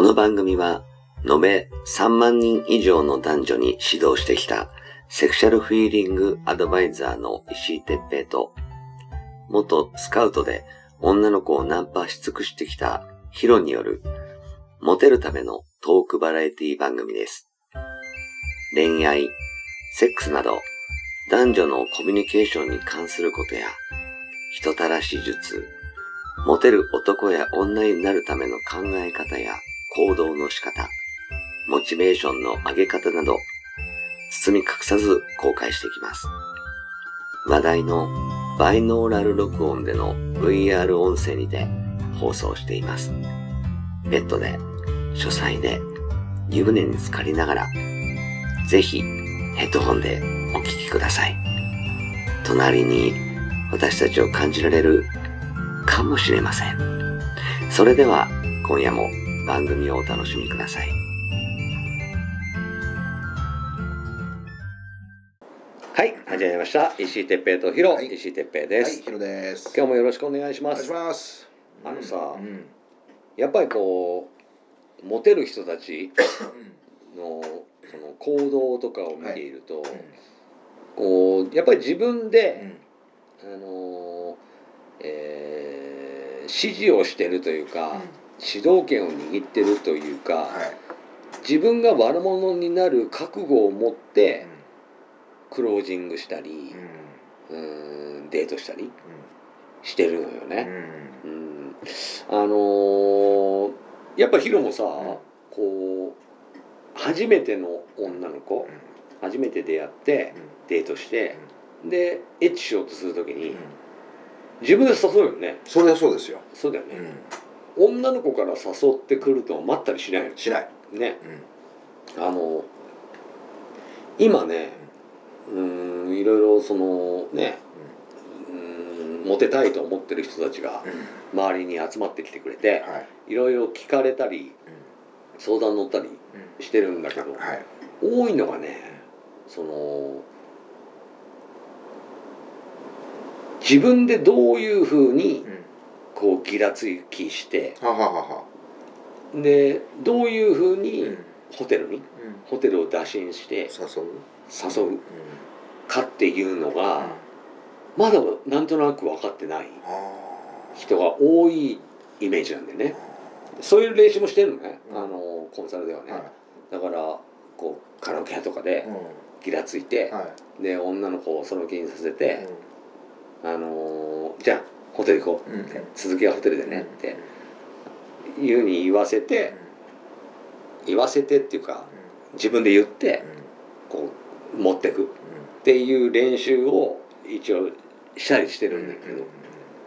の番組は延べ3万人以上の男女に指導してきたセクシャルフィーリングアドバイザーの石井哲平と、元スカウトで女の子をナンパし尽くしてきたヒロによるモテるためのトークバラエティ番組です。恋愛、セックスなど男女のコミュニケーションに関することや人たらし術、モテる男や女になるための考え方や行動の仕方、モチベーションの上げ方など包み隠さず公開していきます。話題のバイノーラル録音での VR 音声にて放送しています。ベッドで、書斎で、湯船に浸かりながら、ぜひヘッドホンでお聞きください。隣に私たちを感じられるかもしれません。それでは今夜も番組をお楽しみください。はい、始まりました。石井哲平とヒロ、石井哲平です。 はい、ヒロです。 今日もよろしくお願いします。 お願いします。 やっぱりこうモテる人たちのその行動とかを見ていると、こうやっぱり自分で、指示をしてるというか、主導権を握ってるというか、自分が悪者になる覚悟を持ってクロージングしたり、デートしたりしてるのよね。やっぱヒロもさ、こう初めての女の子、初めて出会ってデートして、でエッチしようとするときに、自分で誘うよね。 それはそうですよ。 そうだよね。女の子から誘ってくると待ったりしないの。 しない。 ね。今ね、いろいろそのね、モテたいと思ってる人たちが周りに集まってきてくれて、いろいろ聞かれたり、相談乗ったりしてるんだけど、多いのがね、その自分でどういうふうにこうギラつきして、でどういうふうにホテルを打診して誘うかっていうのがまだなんとなく分かってない人が多いイメージなんだよね。そういう練習もしてるのね、コンサルではね。だからこうカラオケ屋とかでギラついて、で女の子をその気にさせて、じゃあホテル行こうって、続きはホテルでねっていうに言わせてっていうか、自分で言ってこう持ってくっていう練習を一応したりしてるんだけど、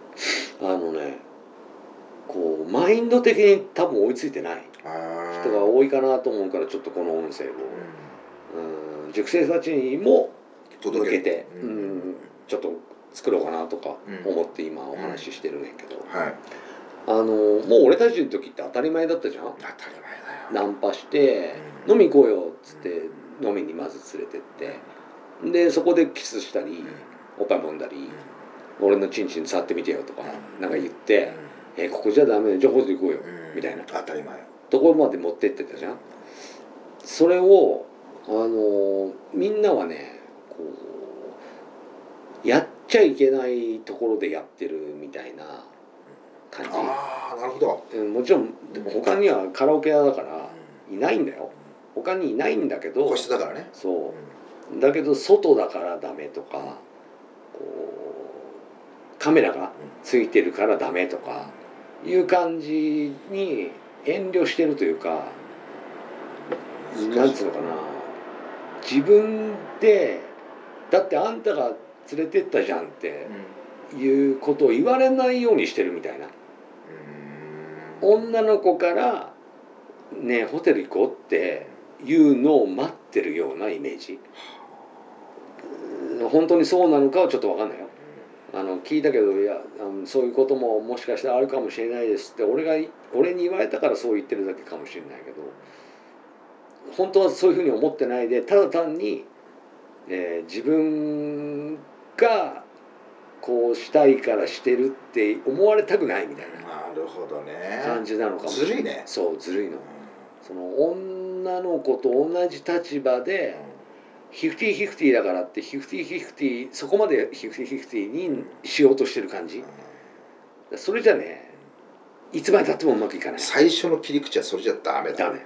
こうマインド的に多分追いついてない人が多いかなと思うから、ちょっとこの音声を塾生たちにも向けてちょっと作ろうかなとか思って今お話ししてるんやけど、もう俺たちの時って当たり前だったじゃん。 当たり前だよ。 ナンパして飲み行こうよっつって飲みにまず連れてって、でそこでキスしたりおっぱい揉んだり、俺のチンチン触ってみてよとかなんか言って、ここじゃダメだ、じゃあホテル行こうよみたいな当たり前ところまで持ってってたじゃん。それをみんなはね、こうやっちゃいけないところでやってるみたいな感じ。 なるほど。 もちろん他にはカラオケ屋だからいないんだよ。他にいないんだけど、 個室だからね。 そう、だけど外だからダメとか、こうカメラがついてるからダメとかいう感じに遠慮してるというか、なんつうのかな、自分でだってあんたが連れてったじゃんっていうことを言われないようにしてるみたいな。女の子からねホテル行こうっていうのを待ってるようなイメージ。本当にそうなのかはちょっと分かんないよ。聞いたけど、いやそういうことももしかしたらあるかもしれないですって俺に言われたからそう言ってるだけかもしれないけど、本当はそういうふうに思ってないで、ただ単に、自分がこうしたいからしてるって思われたくないみたいななるほどね。 感じなのかもしれない。 ずるいね。 そうずるいの。 その女の子と同じ立場でヒフティヒフティだからってヒフティヒフティそこまでヒフティヒフティにしようとしてる感じ。それじゃねいつまでたってもうまくいかない。 最初の切り口はそれじゃダメだ。 ダメ。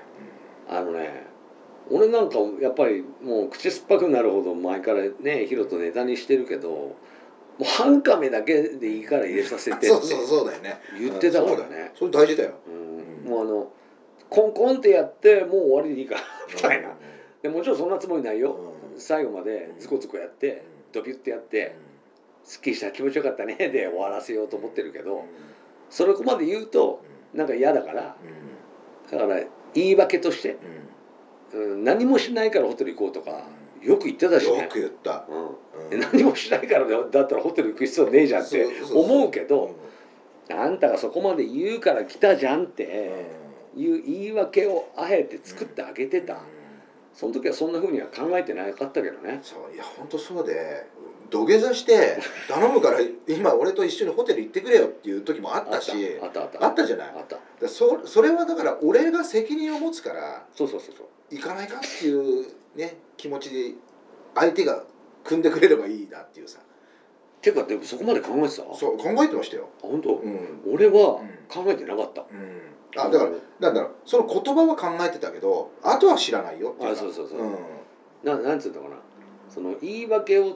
俺なんかやっぱりもう口酸っぱくなるほど前からねヒロとネタにしてるけど、もう半カメだけでいいから入れさせてってそうだよね。 言ってたからね。 それ大事だよ。 もうコンコンってやってもう終わりでいいからみたいな。でもちろんそんなつもりないよ。最後までズコズコやってドビュってやってすっきりした気持ちよかったねで終わらせようと思ってるけど、それこまで言うとなんか嫌だから、だから言い訳として、何もしないからホテル行こうとかよく言ってたしね。 よく言った。 何もしないからだったらホテル行く必要ねえじゃんって思うけど、あんたがそこまで言うから来たじゃんっていう言い訳をあえて作ってあげてた。その時はそんな風には考えてなかったけどね。 そういや本当そうで土下座して頼むから今俺と一緒にホテル行ってくれよっていう時もあったし、あったじゃない。 あった。 それはだから俺が責任を持つからそう行かないかっていうね気持ちで相手が組んでくれればいいなっていうさ。 てかでもそこまで考えてた？ そう考えてましたよ。 本当？俺は考えてなかった。 だからなんだろうその言葉は考えてたけどあとは知らないよっていうか。 そうなんつうのかな、その言い訳を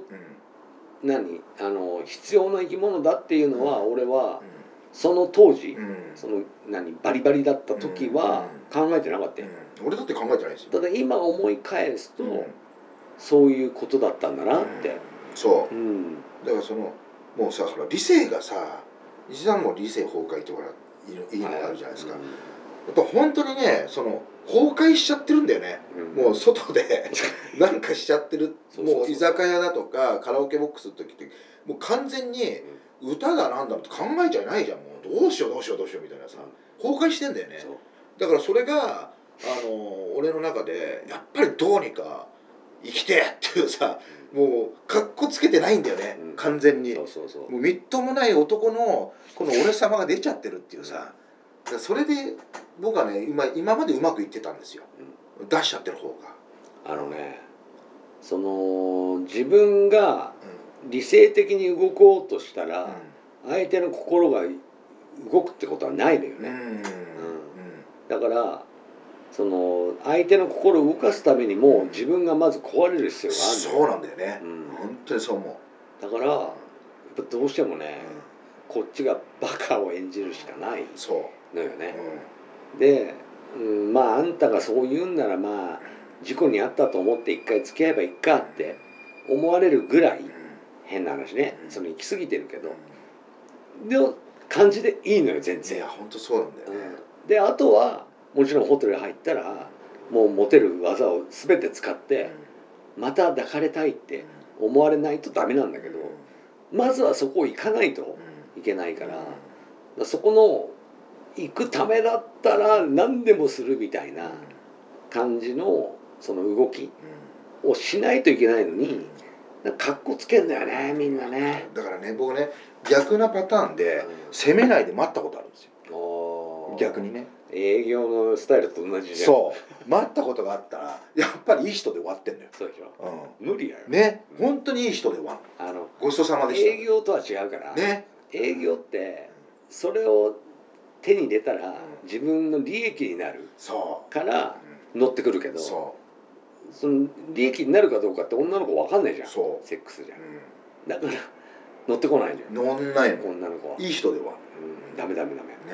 必要な生き物だっていうのは俺はその当時そのバリバリだった時は考えてなかったよ。 俺だって考えてないですよ。 ただ今思い返すとそういうことだったんだなって。 そう。だからもうさ理性がさ西さんも理性崩壊ってほらいいのがあるじゃないですか。やっぱ本当にね崩壊しちゃってるんだよね。もう外でなんかしちゃってる。もう居酒屋だとかカラオケボックスの時ってもう完全に歌だなんだって考えちゃいないじゃん。もうどうしようみたいなさ崩壊してんだよね。だからそれが俺の中でやっぱりどうにか生きてっていうさもうかっこつけてないんだよね、完全に。もうみっともない男のこの俺様が出ちゃってるっていうさ。それで僕はね今までうまくいってたんですよ、出しちゃってる方が。 自分が理性的に動こうとしたら相手の心が動くってことはないのよね。だから相手の心を動かすためにも自分がまず壊れる必要がある。 そうなんだよね、本当にそう思う。 だからやっぱどうしてもね、こっちがバカを演じるしかないのよね。で、あんたがそう言うんなら事故に遭ったと思って一回付き合えばいいかって思われるぐらい、変な話ね、行き過ぎてるけどの感じでいいのよ全然。 いや本当そうなんだよね。 であとはもちろんホテル入ったらもうモテる技を全て使ってまた抱かれたいって思われないとダメなんだけど、まずはそこを行かないといけないから、そこの行くためだったら何でもするみたいな感じのその動きをしないといけないのにかっこつけんだよねみんなね。 だからね僕ね逆なパターンで攻めないで待ったことあるんですよ。逆にね営業のスタイルと同じじゃん。 そう待ったことがあったらやっぱりいい人で終わってんのよ。 そうでしょ、無理やよね。本当にいい人で終わる。ごちそうさまでした。 営業とは違うからね。 営業ってそれを手に入れたら自分の利益になるから乗ってくるけど、その利益になるかどうかって女の子分かんないじゃん。セックスじゃん、だから乗ってこないじゃん。 乗んないの女の子は。 いい人ではダメね。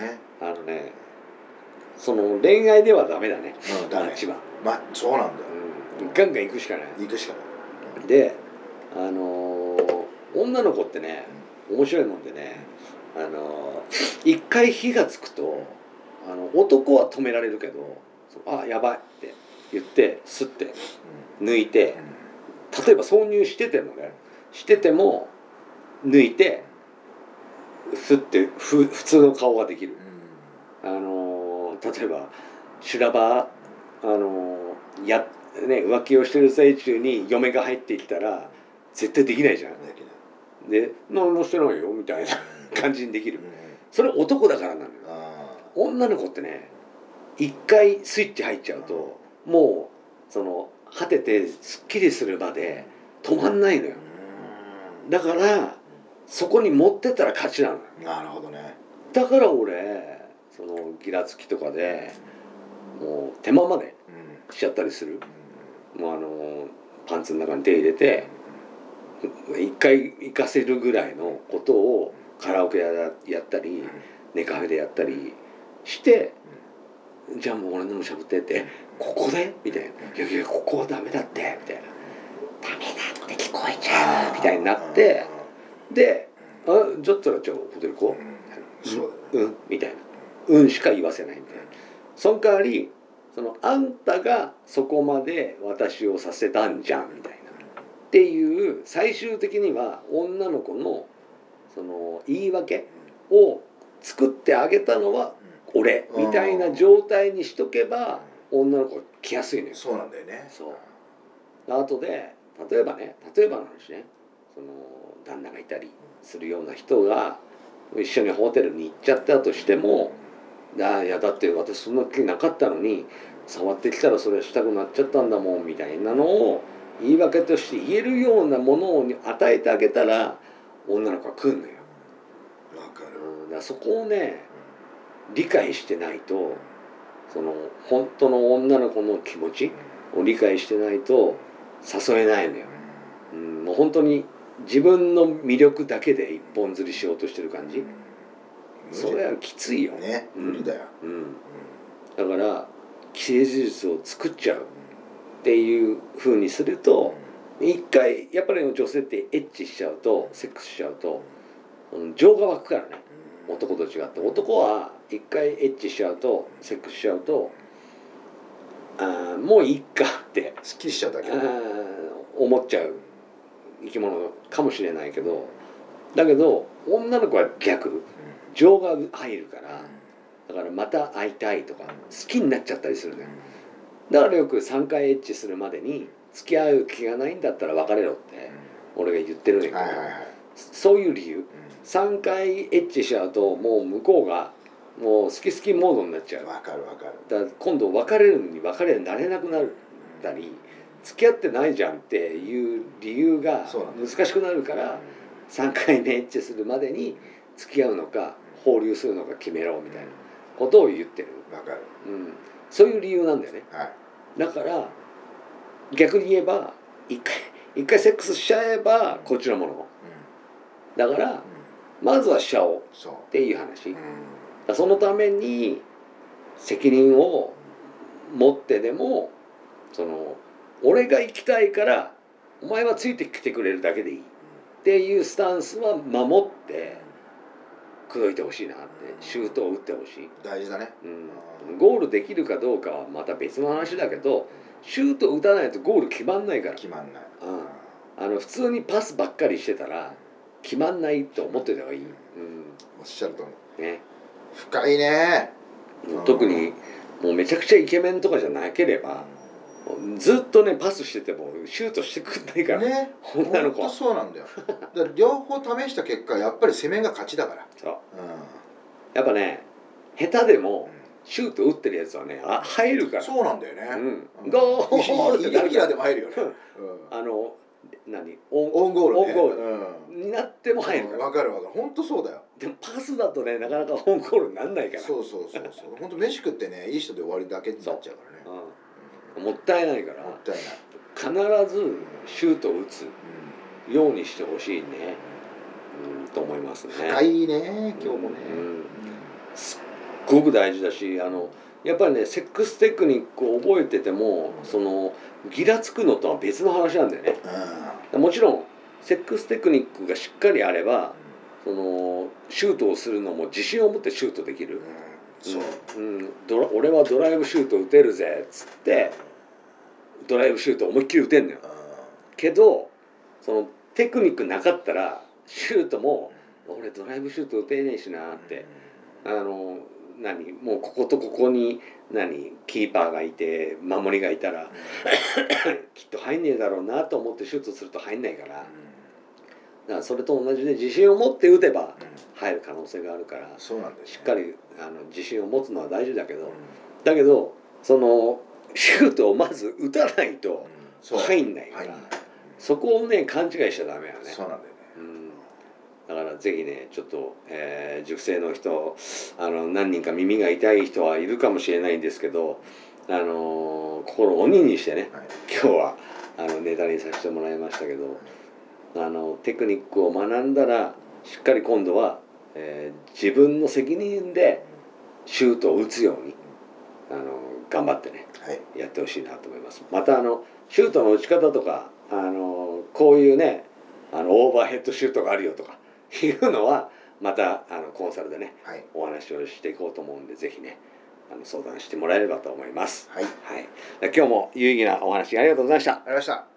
その恋愛ではダメだね。 一番そうなんだよ。 ガンガン行くしかない。で女の子ってね面白いもんでね、一回火がつくと男は止められるけどあやばいって言ってスッて抜いて、例えば挿入してても抜いてスッて普通の顔ができる。例えば修羅場浮気をしてる最中に嫁が入ってきたら絶対できないじゃん。で何もしてないよみたいな感じにできる。それ男だからなんだよ。女の子ってね一回スイッチ入っちゃうともうその果ててすっきりするまで止まんないのよ。だからそこに持ってったら勝ちなのよ。 なるほどね。 だから俺そのギラつきとかでもう手間までしちゃったりする。もうパンツの中に手入れて一回行かせるぐらいのことをカラオケやったりネカフェでやったりしてじゃあもう俺のもしゃぶってってここでみたいな「いやいやここはダメだって」みたいな「ダメだって聞こえちゃう」みたいになってで「あじゃったらじゃあホテル行こう」うんみたいな「うん」しか言わせないみたいな。その代わりそのあんたがそこまで私をさせたんじゃんみたいなっていう最終的には女の子のその言い訳を作ってあげたのは俺みたいな状態にしとけば女の子が来やすいのよ。 そうなんだよね。 そうあとで例えばの話ねその旦那がいたりするような人が一緒にホテルに行っちゃったとしてもいやだって私そんな気なかったのに触ってきたらそれしたくなっちゃったんだもんみたいなのを言い訳として言えるようなものを与えてあげたら女の子が来んのよ。 わかる。 だからそこをね理解してないとその本当の女の子の気持ちを理解してないと誘えないのよ。もう本当に自分の魅力だけで一本釣りしようとしてる感じ。それはきついよね。無理だよ。 だから既成事実を作っちゃうっていう風にすると一回やっぱり女性ってエッチしちゃうとセックスしちゃうと情が湧くからね。男と違って男は一回エッチしちゃうとセックスしちゃうともういいかってすっきりしちゃうだけ思っちゃう生き物かもしれないけどだけど女の子は逆情が入るからだからまた会いたいとか好きになっちゃったりするのよ。だからよく3回エッチするまでに付き合う気がないんだったら別れろって俺が言ってるんだけど、そういう理由3回エッチしちゃうともう向こうがもう好き好きモードになっちゃう。 わかるわかる。 だから今度別れるのに別れになれなくなったり付き合ってないじゃんっていう理由が難しくなるから3回目エッチするまでに付き合うのか放流するのか決めろみたいなことを言ってる。 わかる。 そういう理由なんだよね。だから逆に言えば一回セックスしちゃえばこっちのものだからまずはしちゃおうっていう話。そのために責任を持ってでもその俺が行きたいからお前はついてきてくれるだけでいいっていうスタンスは守って口説いてほしいなってシュートを打ってほしい。 大事だね。 ゴールできるかどうかはまた別の話だけどシュート打たないとゴール決まんないから。 決まんない。 普通にパスばっかりしてたら決まんないと思ってた方がいい。 おっしゃるとおり。 ね。 深いね。 特にもうめちゃくちゃイケメンとかじゃなければずっとねパスしててもシュートしてくんないからね。 女の子はそうなんだよ。だから両方試した結果やっぱり攻めが勝ちだから。 そう、やっぱね下手でもシュート打ってるやつはね入るから。 そうなんだよね。 ゴールってイレギュラーでも入るよね。オンゴールになっても入るから。 わかるわかる。本当そうだよ。 でもパスだとねなかなかオンゴールになんないから。 そう本当飯食ってねいい人で終わりだけになっちゃうからね。 もったいないから。 もったいない。 必ずシュートを打つようにしてほしいね。と思いますね。 深いね今日もね。 すっごく大事だしやっぱりねセックステクニックを覚えててもそのギラつくのとは別の話なんだよね。もちろんセックステクニックがしっかりあればそのシュートをするのも自信を持ってシュートできる。俺はドライブシュート打てるぜっつってドライブシュート思いっきり打てんのよ。けどそのテクニックなかったらシュートも俺ドライブシュート打てねえしなってもうこことここにキーパーがいて守りがいたらきっと入んねえだろうなと思ってシュートすると入んないからだからそれと同じで自信を持って打てば入る可能性があるから、 そうなんだよね、 しっかり自信を持つのは大事だけど、 うんだけどそのシュートをまず打たないとそう入んないから、 入んないそこをね勘違いしちゃダメよね。 そうなんだよね、 だからぜひねちょっと、塾生の人何人か耳が痛い人はいるかもしれないんですけど、心を鬼にしてね、 はい、 今日はネタにさせてもらいましたけど、テクニックを学んだらしっかり今度は、自分の責任でシュートを打つように頑張ってね、 はい、 やってほしいなと思います。またシュートの打ち方とかこういうねオーバーヘッドシュートがあるよとかいうのはまたコンサルでね、 はい、 お話をしていこうと思うんで、ぜひね相談してもらえればと思います。 はい、 はい、今日も有意義なお話ありがとうございました。 ありがとうございました。